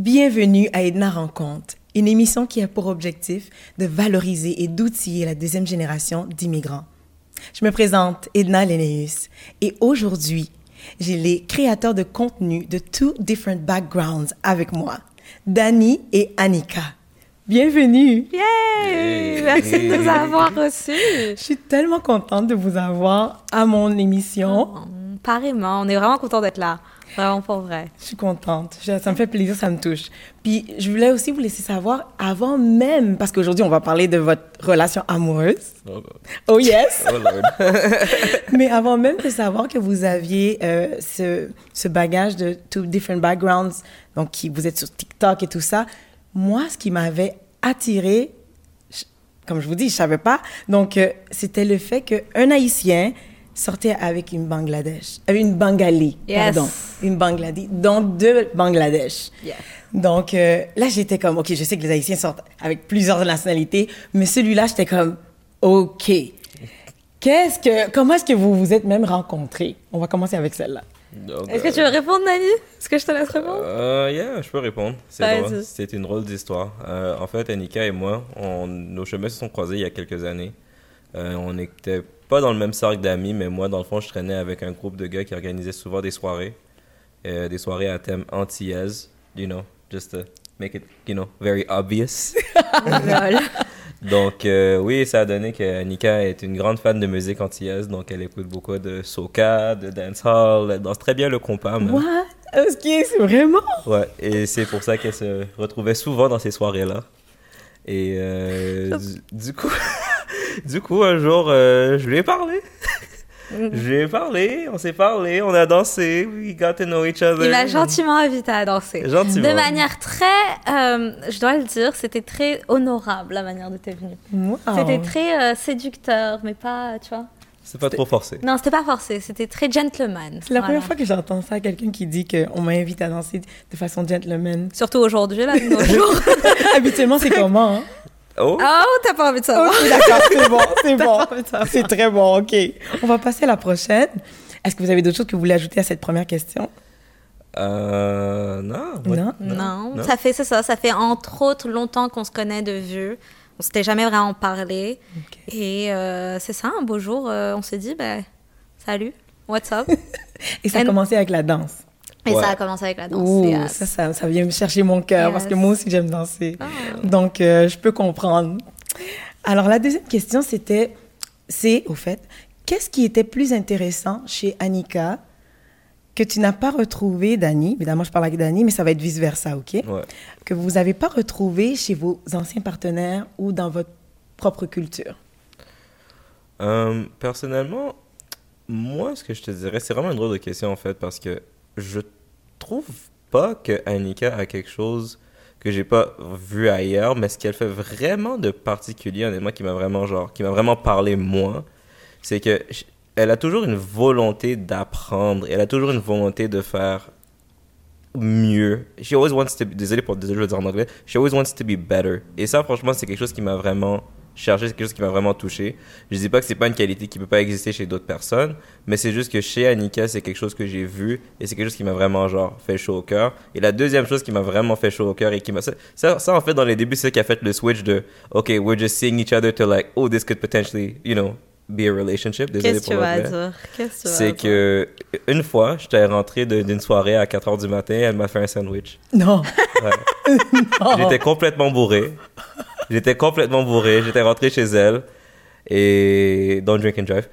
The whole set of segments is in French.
Bienvenue à Edna Rencontre, une émission qui a pour objectif de valoriser et d'outiller la deuxième génération d'immigrants. Je me présente Edna Lénéus et aujourd'hui, j'ai les créateurs de contenu de Two Different Backgrounds avec moi, Dani et Annika. Bienvenue! Yay! Merci de nous avoir reçus. Je suis tellement contente de vous avoir à mon émission. Pareillement, on est vraiment content d'être là. Vraiment pour vrai. Je suis contente. Ça me fait plaisir, ça me touche. Puis, je voulais aussi vous laisser savoir avant même, parce qu'aujourd'hui, on va parler de votre relation amoureuse. Oh yes! Oh Lord. Mais avant même de savoir que vous aviez ce bagage de Two Different Backgrounds, donc vous êtes sur TikTok et tout ça, moi, ce qui m'avait attirée, comme je vous dis, je savais pas, donc c'était le fait qu'un Haïtien sortait avec une Bengali, Yes. pardon, une Bengali, donc deux Bangladesh. Yes. Donc là, j'étais comme, OK, je sais que les Haïtiens sortent avec plusieurs nationalités, mais celui-là, j'étais comme, OK. Comment est-ce que vous vous êtes même rencontrés? On va commencer avec celle-là. Donc, Est-ce que tu veux répondre, Dani? Est-ce que je te laisse répondre? Yeah, je peux répondre. Vas-y. C'est une drôle d'histoire. En fait, Annika et moi, nos chemins se sont croisés il y a quelques années. On n'était pas dans le même cercle d'amis, mais moi, dans le fond, je traînais avec un groupe de gars qui organisaient souvent des soirées à thème antillaise, you know, just to make it, you know, very obvious. Lol. Donc, oui, ça a donné qu'Annika est une grande fan de musique antillaise, donc elle écoute beaucoup de soca, de dancehall, elle danse très bien le compas, même. What? Est-ce que c'est vraiment? Ouais, et c'est pour ça qu'elle se retrouvait souvent dans ces soirées-là. Et du coup, un jour, je lui ai parlé. On s'est parlé, on a dansé, we got to know each other. Il m'a gentiment invité à danser. Gentiment. De manière très, je dois le dire, c'était très honorable la manière dont t'es venu. Wow. C'était très séducteur, mais pas, tu vois. C'est pas trop forcé. Non, c'était pas forcé, c'était très gentleman. C'est la première fois que j'entends ça, quelqu'un qui dit qu'on m'invite à danser de façon gentleman. Surtout aujourd'hui, là, de nos jours. Habituellement, c'est comment, hein? Oh, Oh, t'as pas envie de savoir. Ok, d'accord, c'est bon, c'est bon. pas envie de savoir. C'est très bon, OK. On va passer à la prochaine. Est-ce que vous avez d'autres choses que vous voulez ajouter à cette première question? non. Non? Non, Non. ça fait entre autres longtemps qu'on se connaît de vue. On s'était jamais vraiment parlé. OK. Et c'est ça, un beau jour, on s'est dit, ben, salut, what's up? Et ça a And- commencé avec la danse. Et Ouais. ça a commencé avec la danse. Ouh, Yes. ça vient me chercher mon cœur Yes. parce que moi aussi, j'aime danser. Ah. Donc, je peux comprendre. Alors, la deuxième question, au fait, qu'est-ce qui était plus intéressant chez Annika que tu n'as pas retrouvé, Dani? Évidemment, je parle avec Dani, mais ça va être vice-versa, OK? Ouais. Que vous n'avez pas retrouvé chez vos anciens partenaires ou dans votre propre culture? Personnellement, moi, ce que je te dirais, c'est vraiment une drôle de question, en fait, parce que je trouve pas que Annika a quelque chose que j'ai pas vu ailleurs, mais ce qu'elle fait vraiment de particulier, honnêtement, qui m'a vraiment parlé, moi, c'est que elle a toujours une volonté d'apprendre, elle a toujours une volonté de faire mieux. She always wants to be, désolé, je vais le dire en anglais, she always wants to be better. Et ça, franchement, c'est quelque chose qui m'a vraiment cherché, c'est quelque chose qui m'a vraiment touché. Je dis pas que c'est pas une qualité qui peut pas exister chez d'autres personnes, mais c'est juste que chez Annika, c'est quelque chose que j'ai vu et c'est quelque chose qui m'a vraiment fait chaud au cœur. Et la deuxième chose qui m'a vraiment fait chaud au cœur et qui m'a ça en fait dans les débuts, c'est ça qui a fait le switch de OK, we're just seeing each other to like, oh, this could potentially, you know, be a relationship. Désolé Qu'est-ce que pour tu vas l'anglais. dire? Qu'est-ce que tu vas C'est dire? que une fois, j'étais rentré d'une soirée à 4h du matin, elle m'a fait un sandwich. Non. Ouais. Non. J'étais complètement bourré. J'étais rentré chez elle et don't drink and drive.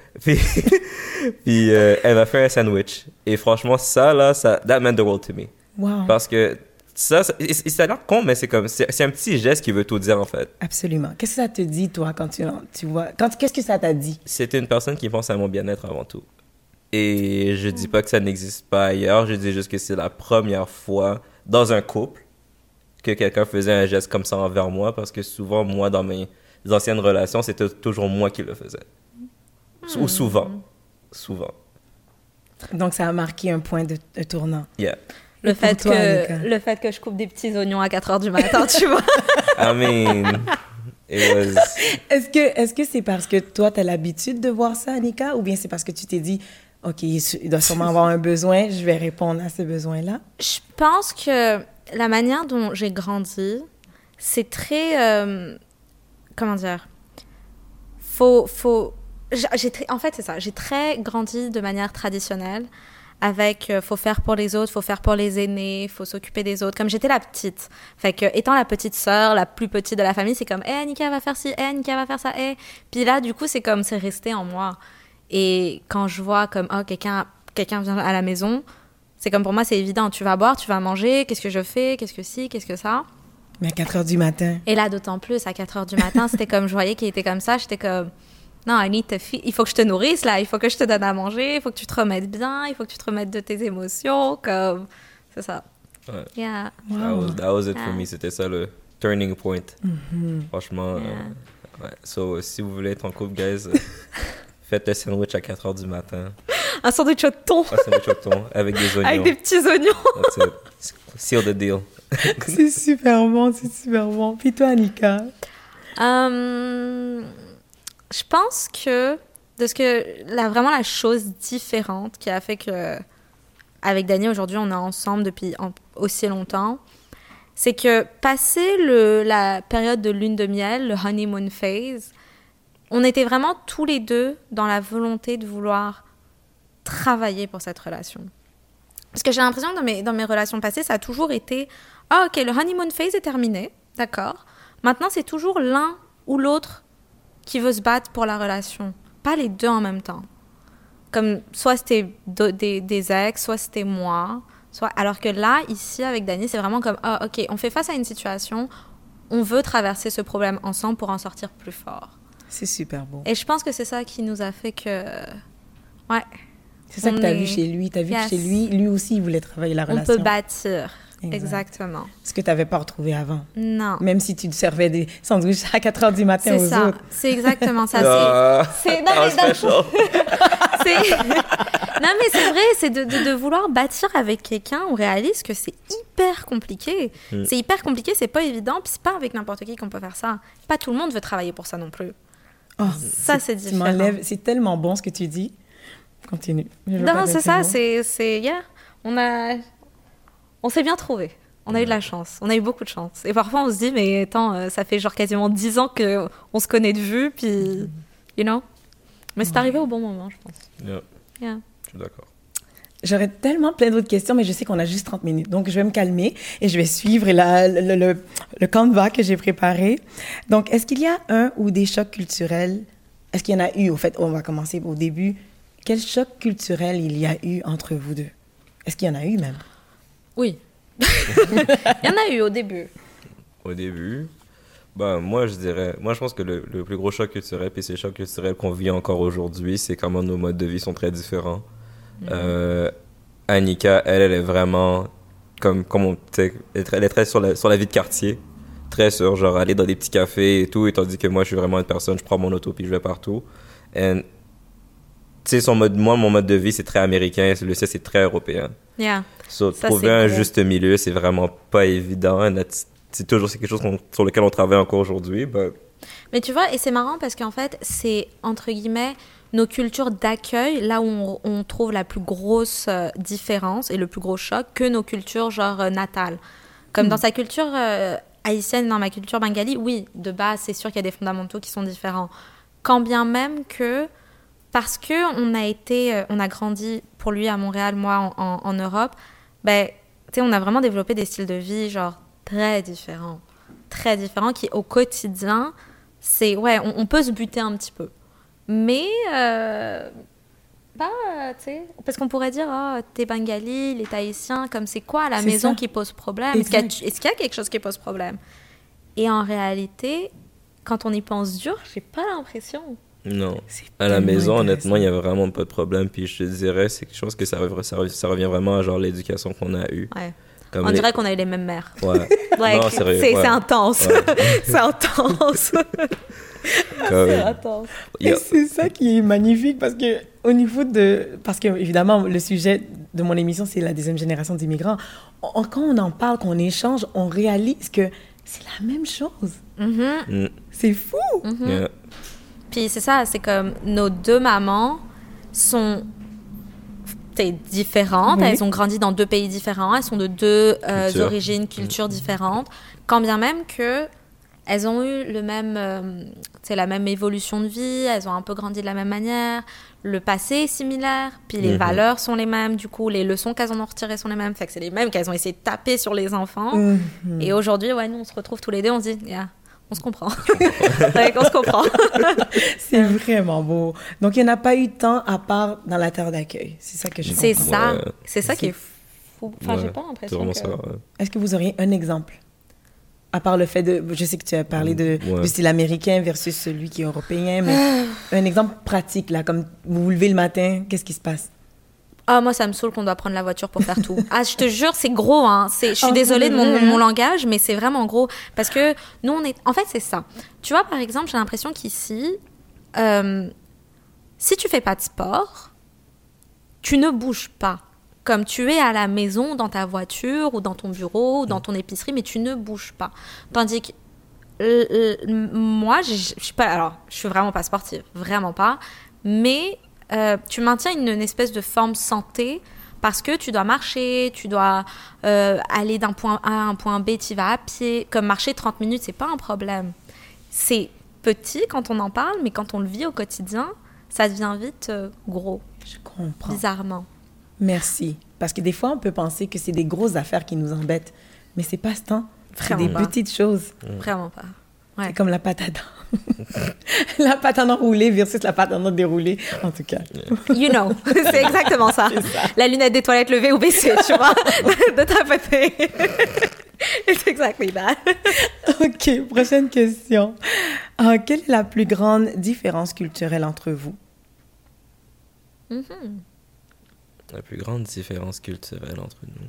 Puis elle m'a fait un sandwich. Et franchement, that meant the world to me. Wow. Parce que ça a l'air con, mais c'est un petit geste qui veut tout dire en fait. Absolument. Qu'est-ce que ça te dit, toi, quand tu vois... Qu'est-ce que ça t'a dit? C'était une personne qui pense à mon bien-être avant tout. Et je dis pas que ça n'existe pas ailleurs, je dis juste que c'est la première fois dans un couple que quelqu'un faisait un geste comme ça envers moi, parce que souvent, moi, dans mes anciennes relations, c'était toujours moi qui le faisais. Ou souvent. Donc, ça a marqué un point de tournant. Yeah. Le pour fait, toi, Annika? le fait que je coupe des petits oignons à 4h du matin, tu vois. I mean, it was... Est-ce que c'est parce que toi, tu as l'habitude de voir ça, Annika, ou bien c'est parce que tu t'es dit, OK, il doit sûrement avoir un besoin, je vais répondre à ce besoin-là. Je pense que la manière dont j'ai grandi, c'est très... comment dire? En fait, c'est ça. J'ai très grandi de manière traditionnelle avec faut faire pour les autres, faut faire pour les aînés, faut s'occuper des autres. Comme j'étais la petite. Fait que, étant la petite sœur, la plus petite de la famille, c'est comme, Annika va faire ci, Annika va faire ça, Puis là, du coup, c'est comme, c'est resté en moi. Et quand je vois comme, quelqu'un vient à la maison, c'est comme pour moi, c'est évident. Tu vas boire, tu vas manger, qu'est-ce que je fais, qu'est-ce que ci, qu'est-ce que ça. Mais à 4 heures du matin. Et là, d'autant plus, à 4 heures du matin, c'était comme, je voyais qu'il était comme ça, j'étais comme, non, il faut que je te nourrisse, là, il faut que je te donne à manger, il faut que tu te remettes bien, il faut que tu te remettes de tes émotions, comme, c'est ça. Ouais. Yeah. Wow. That was it for Yeah. me. C'était ça le turning point. Franchement, Yeah. ouais. So, si vous voulez être en couple, guys, faites le sandwich à 4 heures du matin. Un sandwich au thon, Un sandwich au thon avec des oignons. avec des petits oignons. That's it. Seal the deal. C'est super bon, c'est super bon. Puis toi, Annika? Je pense que vraiment la chose différente qui a fait que avec Dany aujourd'hui on est ensemble depuis aussi longtemps, c'est que passé la période de lune de miel, le honeymoon phase, on était vraiment tous les deux dans la volonté de vouloir travailler pour cette relation. Parce que j'ai l'impression que dans mes relations passées, ça a toujours été « Ah, ok, le honeymoon phase est terminé, d'accord. Maintenant, c'est toujours l'un ou l'autre qui veut se battre pour la relation. Pas les deux en même temps. Comme soit c'était des ex, soit c'était moi. Alors que là, ici, avec Dany, c'est vraiment comme « Ah, ok, on fait face à une situation, on veut traverser ce problème ensemble pour en sortir plus fort. » C'est super beau. Et je pense que c'est ça qui nous a fait que... Ouais. C'est ça que tu as vu chez lui. Tu as vu que chez lui aussi, il voulait travailler la relation. On peut bâtir. Exactement. Ce que tu n'avais pas retrouvé avant. Non. Même si tu te servais des sandwichs à 4 heures du matin aux ça. autres. C'est exactement ça. C'est... Non, mais non, mais c'est vrai, c'est de vouloir bâtir avec quelqu'un, on réalise que c'est hyper compliqué. C'est hyper compliqué, c'est pas évident, puis c'est pas avec n'importe qui qu'on peut faire ça. Pas tout le monde veut travailler pour ça non plus. Oh, ça, c'est différent. C'est tellement bon ce que tu dis. Continue. Non, c'est ça, c'est... Yeah. On s'est bien trouvé. On a eu de la chance. On a eu beaucoup de chance. Et parfois, on se dit, mais attends, ça fait genre quasiment 10 ans qu'on se connaît de vue, puis... You know? Mais c'est arrivé au bon moment, je pense. Yeah. Je suis d'accord. J'aurais tellement plein d'autres questions, mais je sais qu'on a juste 30 minutes. Donc, je vais me calmer et je vais suivre le canevas que j'ai préparé. Donc, est-ce qu'il y a un ou des chocs culturels? Est-ce qu'il y en a eu, au fait? On va commencer au début. Quel choc culturel il y a eu entre vous deux? Est-ce qu'il y en a eu même? Oui. Il y en a eu au début. Au début? Moi, je pense que le plus gros choc culturel, puis c'est le choc culturel qu'on vit encore aujourd'hui, c'est comment nos modes de vie sont très différents. Annika, elle est vraiment elle est très sur la vie de quartier, très sur genre aller dans des petits cafés et tout, et tandis que moi, je suis vraiment une personne, je prends mon auto puis je vais partout. Et tu sais, mon mode de vie, c'est très américain, le sien, c'est très européen. Yeah. Trouver un juste milieu, c'est vraiment pas évident. C'est quelque chose sur lequel on travaille encore aujourd'hui. Mais tu vois, et c'est marrant parce qu'en fait, c'est, entre guillemets, nos cultures d'accueil, là où on trouve la plus grosse différence et le plus gros choc, que nos cultures, genre, natales. Comme dans sa culture haïtienne, dans ma culture bengali, oui, de base, c'est sûr qu'il y a des fondamentaux qui sont différents. Quand bien même que, parce qu'on a grandi, pour lui, à Montréal, moi, en Europe, tu sais, on a vraiment développé des styles de vie, genre, très différents, qui, au quotidien, c'est, on peut se buter un petit peu. Mais, tu sais, parce qu'on pourrait dire, t'es bengali, les Tahitiens, comme c'est quoi à la maison qui pose problème? Est-ce qu'il y a quelque chose qui pose problème? Et en réalité, quand on y pense dur, j'ai pas l'impression. Non. À la maison, honnêtement, il n'y a vraiment pas de problème. Puis je te dirais, c'est quelque chose que ça revient vraiment à genre l'éducation qu'on a eue. Ouais. On dirait qu'on a eu les mêmes mères. Ouais. Non, sérieux. C'est intense. Ouais. C'est intense. C'est intense. Et c'est ça qui est magnifique parce que parce que évidemment le sujet de mon émission c'est la deuxième génération d'immigrants. Quand on en parle, qu'on échange, on réalise que c'est la même chose. C'est fou. Yeah. Puis c'est ça, c'est comme nos deux mamans sont différentes. Oui. Elles ont grandi dans 2 pays différents. Elles sont de 2 Culture. origines, cultures différentes. Quand bien même que elles ont eu le même, la même évolution de vie. Elles ont un peu grandi de la même manière. Le passé est similaire. Puis les valeurs sont les mêmes. Du coup, les leçons qu'elles en ont retirées sont les mêmes. Fait que c'est les mêmes qu'elles ont essayé de taper sur les enfants. Et aujourd'hui, ouais, nous, on se retrouve tous les deux. On se dit, yeah, on se comprend. Ouais, on se comprend. C'est vraiment beau. Donc, il n'y en a pas eu tant à part dans la terre d'accueil. C'est ça que je comprends. C'est ça. Ouais. C'est ça qui est fou. Enfin, Ouais, j'ai pas c'est l'impression vraiment que... ça, ouais. Est-ce que vous auriez un exemple? À part le fait de... Je sais que tu as parlé Ouais. du style américain versus celui qui est européen, mais un exemple pratique, là, comme vous vous levez le matin, qu'est-ce qui se passe? Ah, moi, ça me saoule qu'on doit prendre la voiture pour faire tout. Ah, je te jure, c'est gros, hein. Je suis Oh, désolée de c'est vrai, mon hein. langage, mais c'est vraiment gros. Parce que nous, on est... En fait, c'est ça. Tu vois, par exemple, j'ai l'impression qu'ici, si tu fais pas de sport, tu ne bouges pas. Comme tu es à la maison, dans ta voiture, ou dans ton bureau, ou dans ton épicerie, mais tu ne bouges pas. Tandis que moi, je suis pas... Alors, je suis vraiment pas sportive, vraiment pas. Mais tu maintiens une espèce de forme santé parce que tu dois marcher, tu dois aller d'un point A à un point B, tu vas à pied. Comme marcher 30 minutes, c'est pas un problème. C'est petit quand on en parle, mais quand on le vit au quotidien, ça devient vite gros, Je comprends. bizarrement. Merci. Parce que des fois, on peut penser que c'est des grosses affaires qui nous embêtent, mais c'est pas ce temps. C'est Vraiment des pas. petites choses. Vraiment pas. Ouais. C'est comme la pâte à dents. La pâte à dents roulée versus la pâte à dents déroulée, en tout cas. You know, c'est exactement ça. La lunette des toilettes levée ou baissée, tu vois, de tapoter. It's exactly that. OK, prochaine question. Quelle est la plus grande différence culturelle entre vous? La plus grande différence culturelle entre nous.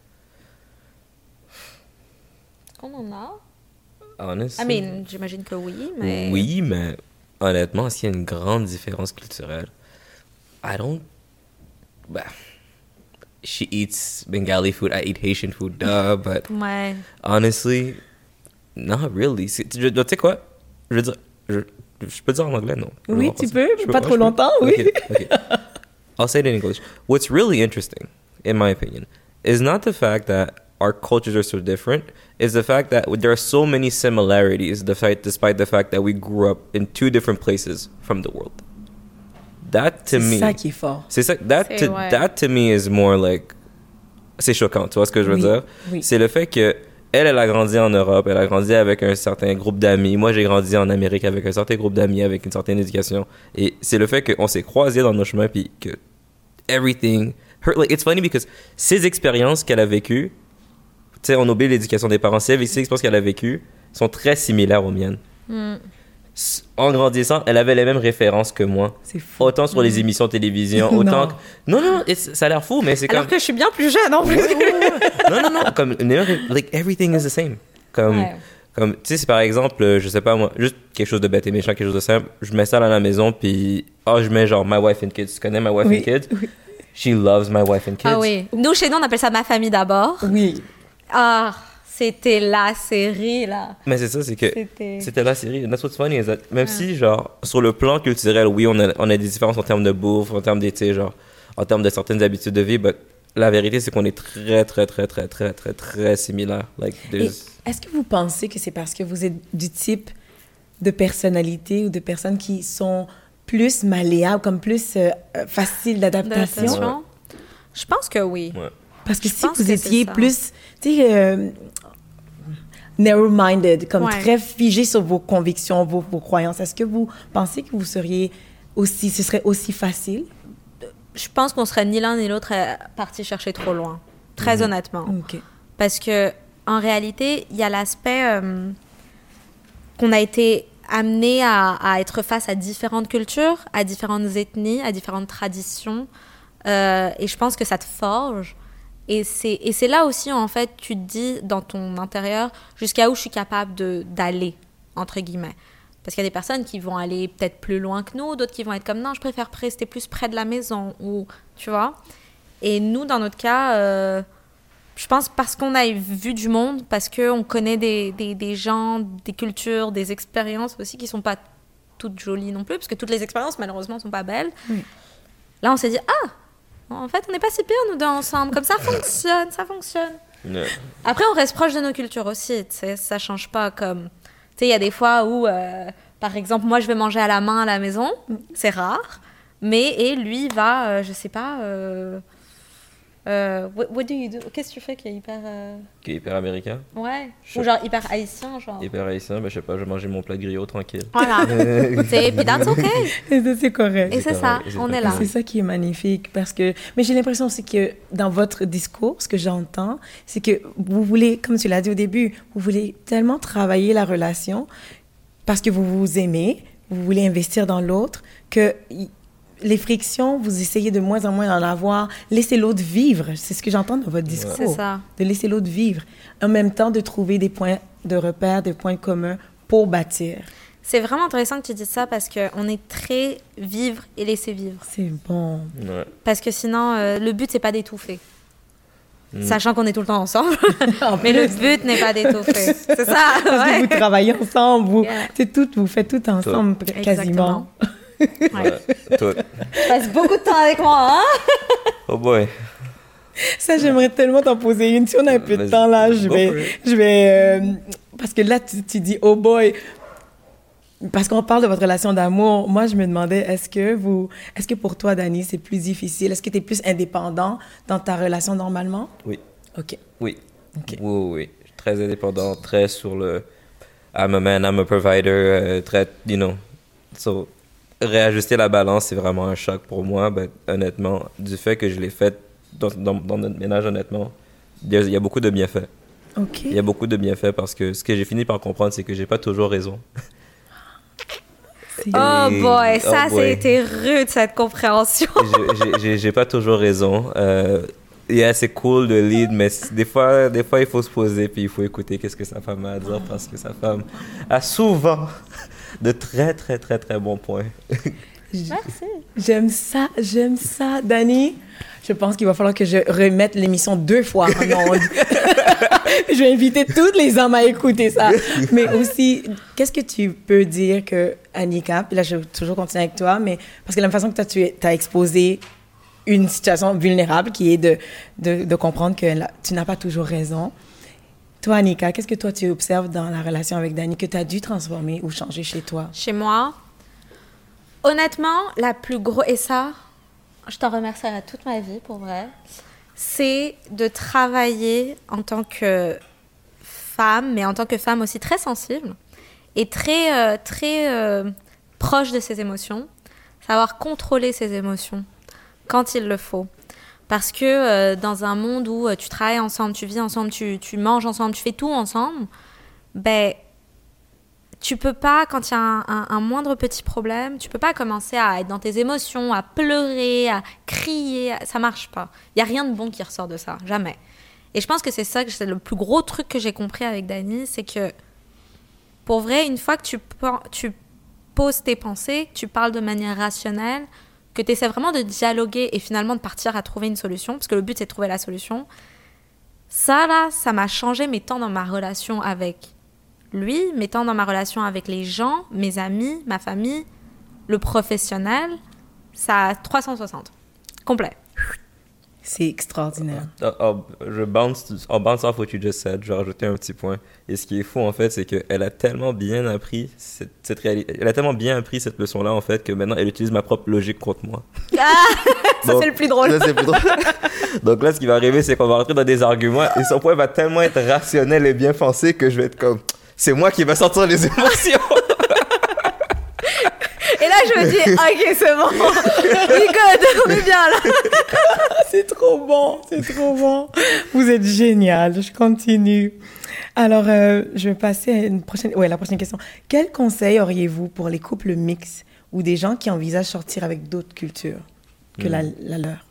Est-ce qu'on en a? Honestly, I mean, j'imagine que oui, mais... oui, mais honnêtement, s'il y a une grande différence culturelle, I don't... Bah, she eats Bengali food, I eat Haitian food, duh, but Ouais. honestly, not really. Tu sais quoi? Je veux dire, je peux dire en anglais, non? Oui, Non, tu je peux, je pas ouais, trop je peux. longtemps, oui. Okay. I'll say it in English. What's really interesting, in my opinion, is not the fact that our cultures are so different, is the fact that there are so many similarities, despite the fact that we grew up in 2 different places from the world. That to me, C'est ça qui est fort. c'est ça, C'est- ouais. that to me is more like, c'est choquant, tu vois ce que je veux Oui, dire? oui. C'est le fait que elle a grandi en Europe, elle a grandi avec un certain groupe d'amis. Moi, j'ai grandi en Amérique avec un certain groupe d'amis, avec une certaine éducation. Et c'est le fait qu'on s'est croisés dans nos chemins, puis que everything... like, it's funny because ces expériences qu'elle a vécues, tu sais, on oublie l'éducation des parents, ces expériences qu'elle a vécues sont très similaires aux miennes. En grandissant, elle avait les mêmes références que moi. C'est fou. Autant sur les émissions de télévision, Non. autant que... Non, ça a l'air fou, mais c'est comme... Alors que je suis bien plus jeune, en plus. Non, comme like everything is the same. Comme Ouais. tu sais, c'est par exemple, je sais pas moi, juste quelque chose de bête et méchant, quelque chose de simple, je m'installe à la maison puis je mets genre my wife and kids. Tu connais my wife Oui, and kids? oui. She loves my wife and kids. Ah oui. Nous, chez nous, on appelle ça ma famille d'abord. Oui. Ah, c'était la série, là. Mais c'est ça, c'est que C'était- c'était la série. That's what's funny is that même si genre sur le plan culturel, oui, on a des différences en termes de bouffe, en termes de, tu sais, genre en termes de certaines habitudes de vie, but la vérité c'est qu'on est très similaires. Like Et there's... est-ce que vous pensez que c'est parce que vous êtes du type de personnalité ou de personnes qui sont plus malléables, comme plus faciles d'adaptation? D'adaptation? Je pense que oui. Ouais. Parce que Je si pense vous que étiez c'est ça. plus, tu sais, narrow-minded, comme Ouais. très figé sur vos convictions, vos croyances, est-ce que vous pensez que vous seriez aussi, ce serait aussi facile? Je pense qu'on serait ni l'un ni l'autre parti chercher trop loin. Très honnêtement. OK. Parce que en réalité, il y a l'aspect qu'on a été amené à être face à différentes cultures, à différentes ethnies, à différentes traditions. Et je pense que ça te forge. Et c'est là aussi, en fait, tu te dis dans ton intérieur jusqu'à où je suis capable d'aller, entre guillemets. Parce qu'il y a des personnes qui vont aller peut-être plus loin que nous, d'autres qui vont être comme non, je préfère rester plus près de la maison, ou tu vois. Et nous, dans notre cas, je pense parce qu'on a vu du monde, parce qu'on connaît des gens, des cultures, des expériences aussi qui sont pas toutes jolies non plus, parce que toutes les expériences, malheureusement, sont pas belles. Oui. Là, on s'est dit, ah, En fait, on n'est pas si pire, nous deux ensemble. Comme ça fonctionne, ça fonctionne. Ouais. Après, on reste proche de nos cultures aussi, tu sais, ça change pas comme... Tu sais, il y a des fois où, par exemple, moi, je vais manger à la main à la maison, c'est rare, et lui va, je sais pas... what do you do? Qu'est-ce que tu fais qui est hyper... Qui est hyper américain. Ouais, ou genre hyper haïtien, genre... Hyper haïtien, ben je sais pas, je vais manger mon plat de griot tranquille. Voilà, tu sais, puis that's okay. Et ça, c'est correct. Et c'est ça, c'est on très est là. C'est ça qui est magnifique parce que... Mais j'ai l'impression aussi que dans votre discours, ce que j'entends, c'est que vous voulez, comme tu l'as dit au début, vous voulez tellement travailler la relation parce que vous vous aimez, vous voulez investir dans l'autre, que les frictions, vous essayez de moins en moins d'en avoir. Laissez l'autre vivre. C'est ce que j'entends dans votre discours. C'est ça. De laisser l'autre vivre. En même temps, de trouver des points de repère, des points communs pour bâtir. C'est vraiment intéressant que tu dises ça parce qu'on est très vivre et laisser vivre. C'est bon. Ouais. Parce que sinon, le but, c'est pas d'étouffer. Sachant qu'on est tout le temps ensemble. En Mais le plus, but n'est pas d'étouffer. C'est ça, parce que ouais. vous travaillez ensemble, vous, Yeah. c'est tout, vous faites tout ensemble, quasiment. Exactement. Ouais. Ouais. Toi. Tu passes beaucoup de temps avec moi, hein? Oh boy. Ça, j'aimerais tellement t'en poser une. Si on a un peu de Vas-y. temps, là, Go for it. je vais parce que là, tu dis, oh boy, parce qu'on parle de votre relation d'amour. Moi, je me demandais, est-ce que pour toi, Dani, c'est plus difficile? Est-ce que tu es plus indépendant dans ta relation normalement? Oui. OK. Oui. OK. Oui. Je suis très indépendant, très sur le I'm a man, I'm a provider, très, So, réajuster la balance, c'est vraiment un choc pour moi. Ben, honnêtement, du fait que je l'ai fait dans notre ménage, honnêtement, il y a beaucoup de bienfaits. OK. Il y a beaucoup de bienfaits parce que ce que j'ai fini par comprendre, c'est que j'ai pas toujours raison. C'est- Oh boy, Oh ça, boy. c'était rude, cette compréhension. J'ai pas toujours raison. Yeah, c'est cool de lead, mais des fois, il faut se poser puis il faut écouter qu'est-ce que sa femme a à dire parce que sa femme a souvent de très, très, très, très bons points. Merci. J'aime ça, Dani. Je pense qu'il va falloir que je remette l'émission 2 fois en ondes. Je vais inviter toutes les hommes à écouter ça. Mais aussi, qu'est-ce que tu peux dire que Annika, puis là, je vais toujours continuer avec toi, mais parce que la même façon que toi, tu as exposé une situation vulnérable qui est de comprendre que tu n'as pas toujours raison. Toi, Annika, qu'est-ce que toi, tu observes dans la relation avec Dani que tu as dû transformer ou changer chez toi? Chez moi, honnêtement, la plus grosse... Et ça, je t'en remercierai toute ma vie, pour vrai. C'est de travailler en tant que femme, mais en tant que femme aussi très sensible et très proche de ses émotions. Savoir contrôler ses émotions quand il le faut. Parce que dans un monde où tu travailles ensemble, tu vis ensemble, tu manges ensemble, tu fais tout ensemble, ben... Tu peux pas, quand il y a un moindre petit problème, tu peux pas commencer à être dans tes émotions, à pleurer, à crier. Ça marche pas. Il y a rien de bon qui ressort de ça, jamais. Et je pense que c'est ça, c'est le plus gros truc que j'ai compris avec Dani, c'est que pour vrai, une fois que tu poses tes pensées, que tu parles de manière rationnelle, que tu essaies vraiment de dialoguer et finalement de partir à trouver une solution, parce que le but c'est de trouver la solution, ça là, ça m'a changé mes temps dans ma relation avec lui, mettant dans ma relation avec les gens, mes amis, ma famille, le professionnel, ça a 360. Complet. C'est extraordinaire. I'll bounce off what you just said. Je vais rajouter un petit point. Et ce qui est fou, en fait, c'est qu'elle a tellement bien appris cette réalité. Elle a tellement bien appris cette leçon-là, en fait, que maintenant, elle utilise ma propre logique contre moi. Ah, ça, Donc, c'est le plus drôle. ça, c'est le plus drôle. Donc là, ce qui va arriver, c'est qu'on va rentrer dans des arguments et son point va tellement être rationnel et bien pensé que je vais être comme... C'est moi qui va sortir les émotions. Et là, je me dis, ok, c'est bon. We good, on est bien là. C'est trop bon, c'est trop bon. Vous êtes génial. Je continue. Alors, je vais passer à la prochaine question. Quel conseil auriez-vous pour les couples mixtes ou des gens qui envisagent sortir avec d'autres cultures que la leur?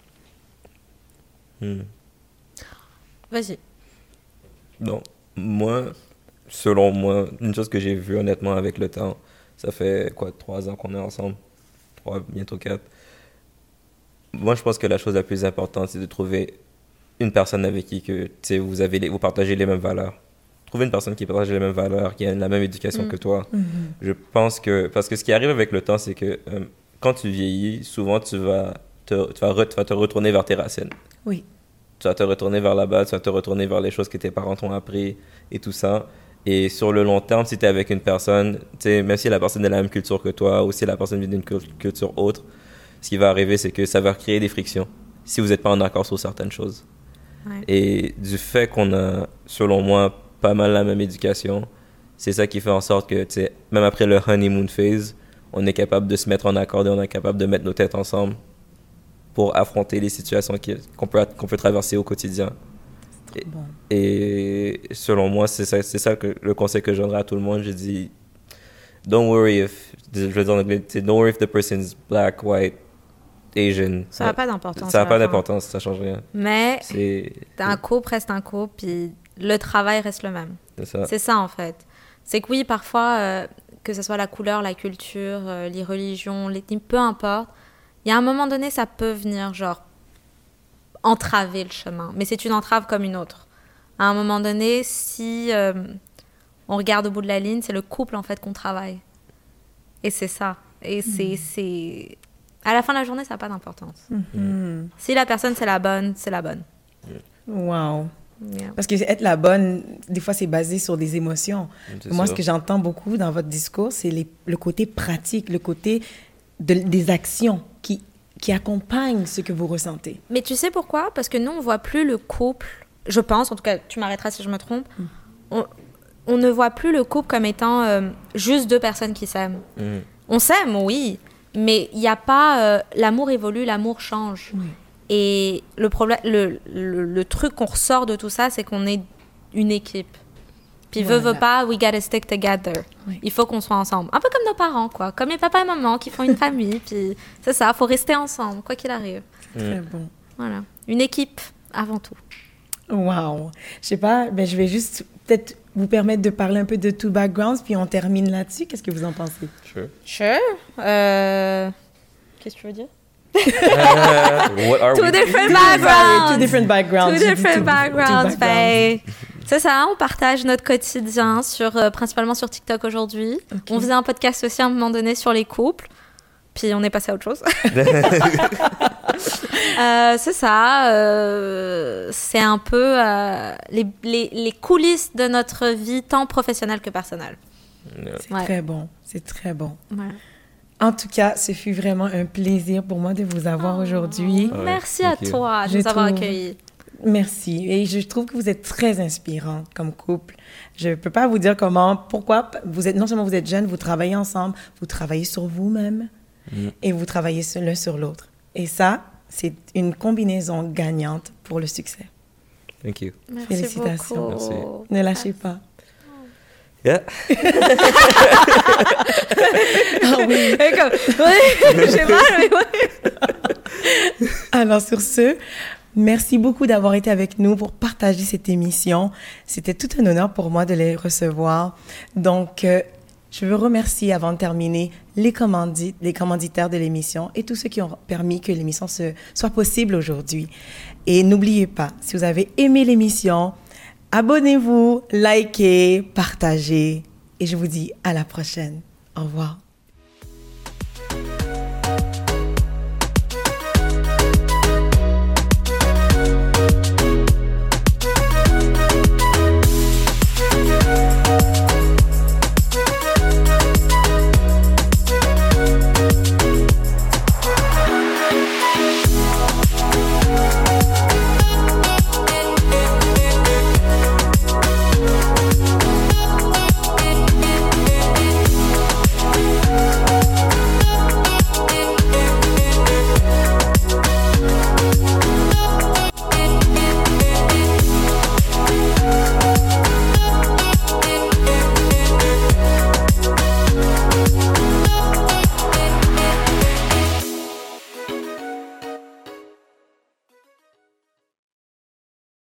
Vas-y. Donc, selon moi, une chose que j'ai vue honnêtement avec le temps, ça fait 3 ans qu'on est ensemble, 3, bientôt 4. Moi, je pense que la chose la plus importante, c'est de trouver une personne avec qui vous partagez les mêmes valeurs. Trouver une personne qui partage les mêmes valeurs, qui a la même éducation que toi. Je pense que, parce que ce qui arrive avec le temps, c'est que quand tu vieillis, souvent tu vas tu vas te retourner vers tes racines. Oui. Tu vas te retourner vers là-bas, tu vas te retourner vers les choses que tes parents t'ont appris et tout ça. Et sur le long terme, si tu es avec une personne, même si la personne est de la même culture que toi ou si la personne vient d'une culture autre, ce qui va arriver, c'est que ça va créer des frictions si vous n'êtes pas en accord sur certaines choses. Ouais. Et du fait qu'on a, selon moi, pas mal la même éducation, c'est ça qui fait en sorte que, même après le honeymoon phase, on est capable de se mettre en accord et on est capable de mettre nos têtes ensemble pour affronter les situations qu'on peut traverser au quotidien. Bon. Et selon moi, c'est ça le conseil que je donnerais à tout le monde. Je dis, don't worry if the person's black, white, Asian. Ça n'a pas d'importance. Ça n'a pas d'importance, ça change rien. Mais un couple reste un couple, puis le travail reste le même. C'est ça en fait. C'est que oui, parfois, que ce soit la couleur, la culture, les religions, l'ethnie, peu importe, il y a un moment donné, ça peut venir genre entraver le chemin. Mais c'est une entrave comme une autre. À un moment donné, si on regarde au bout de la ligne, c'est le couple en fait qu'on travaille. Et c'est ça. Et c'est... À la fin de la journée, ça n'a pas d'importance. Mm-hmm. Si la personne, c'est la bonne, c'est la bonne. Wow. Yeah. Parce que être la bonne, des fois, c'est basé sur des émotions. Moi, sûr. ce que j'entends beaucoup dans votre discours, c'est le côté pratique, le côté des actions qui accompagnent ce que vous ressentez. Mais tu sais pourquoi? Parce que nous, on ne voit plus le couple, je pense, en tout cas, tu m'arrêteras si je me trompe, on ne voit plus le couple comme étant juste deux personnes qui s'aiment. On s'aime, oui, mais il n'y a pas... l'amour évolue, l'amour change. Oui. Et le problème, le truc qu'on ressort de tout ça, c'est qu'on est une équipe. Puis veut pas, we gotta stick together. Oui. Il faut qu'on soit ensemble. Un peu comme nos parents, quoi. Comme les papas et mamans qui font une famille. Puis c'est ça, il faut rester ensemble, quoi qu'il arrive. Très bon. Voilà. Une équipe, avant tout. Wow. Je sais pas, je vais juste peut-être vous permettre de parler un peu de Two Backgrounds, puis on termine là-dessus. Qu'est-ce que vous en pensez? Sure. Qu'est-ce que tu veux dire? What are Two different backgrounds. Two different backgrounds. Two different backgrounds. C'est ça, on partage notre quotidien principalement sur TikTok aujourd'hui. Okay. On faisait un podcast aussi à un moment donné sur les couples. Puis on est passé à autre chose. C'est ça. C'est un peu les coulisses de notre vie, tant professionnelle que personnelle. C'est très bon. C'est très bon. Ouais. En tout cas, ce fut vraiment un plaisir pour moi de vous avoir aujourd'hui. Merci à toi de nous avoir accueillis. Merci. Et je trouve que vous êtes très inspirante comme couple. Je ne peux pas vous dire pourquoi. Non seulement vous êtes jeunes, vous travaillez ensemble, vous travaillez sur vous-même et vous travaillez l'un sur l'autre. Et ça, c'est une combinaison gagnante pour le succès. Thank you. Merci Félicitations. beaucoup. Merci. Ne lâchez pas. Yeah. Ah oui. J'ai mal, mais oui. Alors, sur ce, merci beaucoup d'avoir été avec nous pour partager cette émission. C'était tout un honneur pour moi de les recevoir. Donc, je veux remercier, avant de terminer, les commanditaires de l'émission et tous ceux qui ont permis que l'émission soit possible aujourd'hui. Et n'oubliez pas, si vous avez aimé l'émission, abonnez-vous, likez, partagez. Et je vous dis à la prochaine. Au revoir.